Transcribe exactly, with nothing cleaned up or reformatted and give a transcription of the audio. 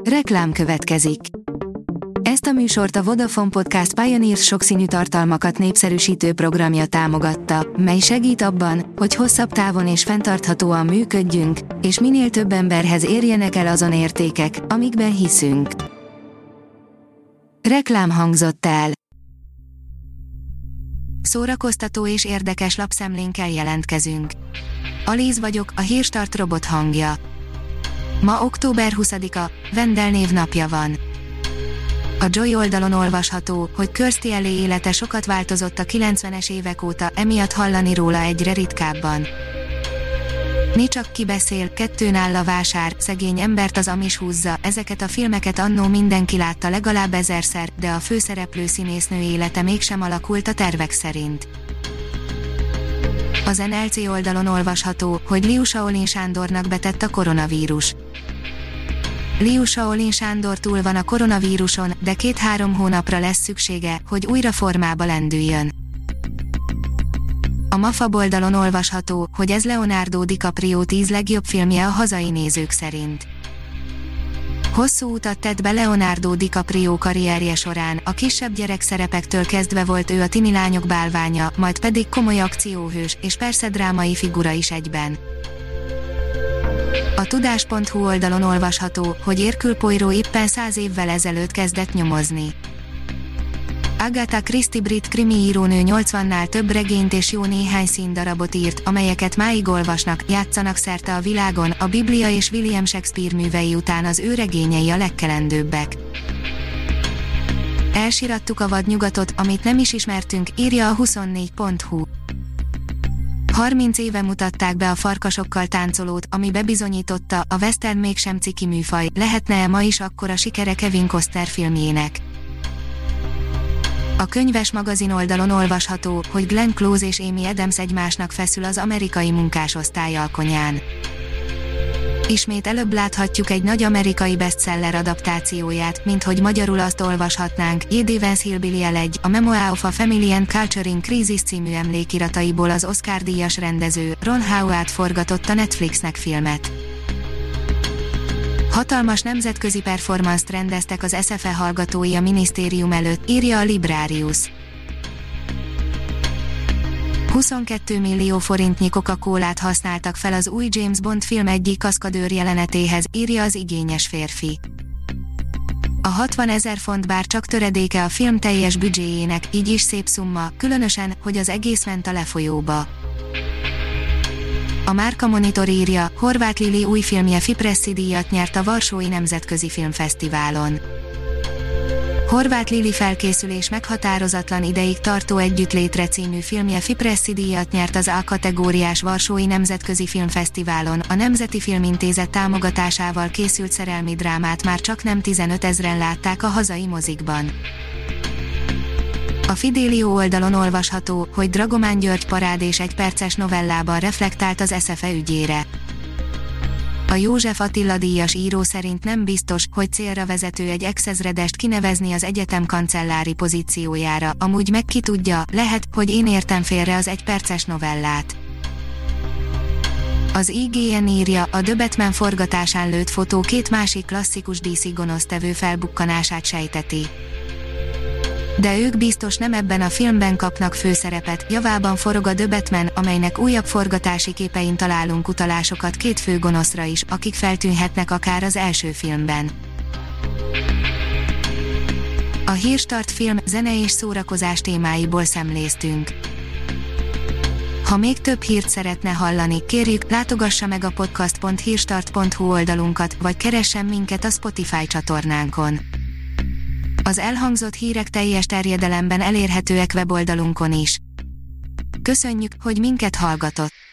Reklám következik. Ezt a műsort a Vodafone Podcast Pioneers sokszínű tartalmakat népszerűsítő programja támogatta, mely segít abban, hogy hosszabb távon és fenntarthatóan működjünk, és minél több emberhez érjenek el azon értékek, amikben hiszünk. Reklám hangzott el. Szórakoztató és érdekes lapszemlénkkel jelentkezünk. Alíz vagyok, a Hírstart robot hangja. Ma október huszadika, Vendel névnapja van. A Joy oldalon olvasható, hogy Kirstie Alley élete sokat változott a kilencvenes évek óta, emiatt hallani róla egyre ritkábban. Ni csak ki beszél, kettőn áll a vásár, szegény embert az amis húzza, ezeket a filmeket annó mindenki látta legalább ezerszer, de a főszereplő színésznő élete mégsem alakult a tervek szerint. Az en el cé oldalon olvasható, hogy Liu Shaolin Sándornak betett a koronavírus. Liu Shaolin Sándor túl van a koronavíruson, de két-három hónapra lesz szüksége, hogy újra formába lendüljön. A MAFA oldalon olvasható, hogy ez Leonardo DiCaprio tíz legjobb filmje a hazai nézők szerint. Hosszú utat tett be Leonardo DiCaprio karrierje során, a kisebb gyerekszerepektől kezdve volt ő a tini lányok bálványa, majd pedig komoly akcióhős, és persze drámai figura is egyben. A tudás pont hu oldalon olvasható, hogy Hercule Poirot éppen száz évvel ezelőtt kezdett nyomozni. Agatha Christie brit krimiírónő nyolcvannál több regényt és jó néhány színdarabot írt, amelyeket máig olvasnak, játszanak szerte a világon, a Biblia és William Shakespeare művei után az ő regényei a legkelendőbbek. Elsirattuk a vadnyugatot, amit nem is ismertünk, írja a huszonnégy pont hu. harminc éve mutatták be a Farkasokkal táncolót, ami bebizonyította, a western mégsem ciki műfaj, lehetne-e ma is akkora sikere Kevin Costner filmjének. A könyves magazin oldalon olvasható, hogy Glenn Close és Amy Adams egymásnak feszül az amerikai munkásosztály alkonyán. Ismét előbb láthatjuk egy nagy amerikai bestseller adaptációját, mint hogy magyarul azt olvashatnánk, J D. Vance Hillbilly egy, a Memoir of a Family and Culture in Crisis című emlékirataiból az Oscar-díjas rendező, Ron Howard forgatott a Netflixnek filmet. Hatalmas nemzetközi performance-t rendeztek az es ef e hallgatói a minisztérium előtt, írja a Librarius. huszonkettő millió forintnyi Coca-Colát használtak fel az új James Bond film egyik kaszkadőr jelenetéhez, írja az igényes férfi. A hatvanezer font bár csak töredéke a film teljes büdzséjének, így is szép szumma, különösen, hogy az egész ment a lefolyóba. A Márka Monitor írja, Horváth Lili új filmje Fipressi díjat nyert a Varsói Nemzetközi Filmfesztiválon. Horváth Lili felkészülés meghatározatlan ideig tartó együttlétre című filmje Fipressi díjat nyert az A kategóriás Varsói Nemzetközi Filmfesztiválon, a Nemzeti Filmintézet támogatásával készült szerelmi drámát már csak nem tizenötezren látták a hazai mozikban. A Fidelio oldalon olvasható, hogy Dragomán György parád és egy perces novellában reflektált az es ef e ügyére. A József Attila díjas író szerint nem biztos, hogy célra vezető egy ex-ezredest kinevezni az egyetem kancellári pozíciójára, amúgy meg ki tudja, lehet, hogy én értem félre az egyperces novellát. Az i gé en írja, a The Batman forgatásán lőtt fotó két másik klasszikus dé cé gonosztevő felbukkanását sejteti. De ők biztos nem ebben a filmben kapnak főszerepet, javában forog a The Batman, amelynek újabb forgatási képein találunk utalásokat két főgonoszra is, akik feltűnhetnek akár az első filmben. A Hírstart film, zene és szórakozás témáiból szemléztünk. Ha még több hírt szeretne hallani, kérjük, látogassa meg a podcast pont hírstart pont hu oldalunkat, vagy keressen minket a Spotify csatornánkon. Az elhangzott hírek teljes terjedelemben elérhetőek weboldalunkon is. Köszönjük, hogy minket hallgatott!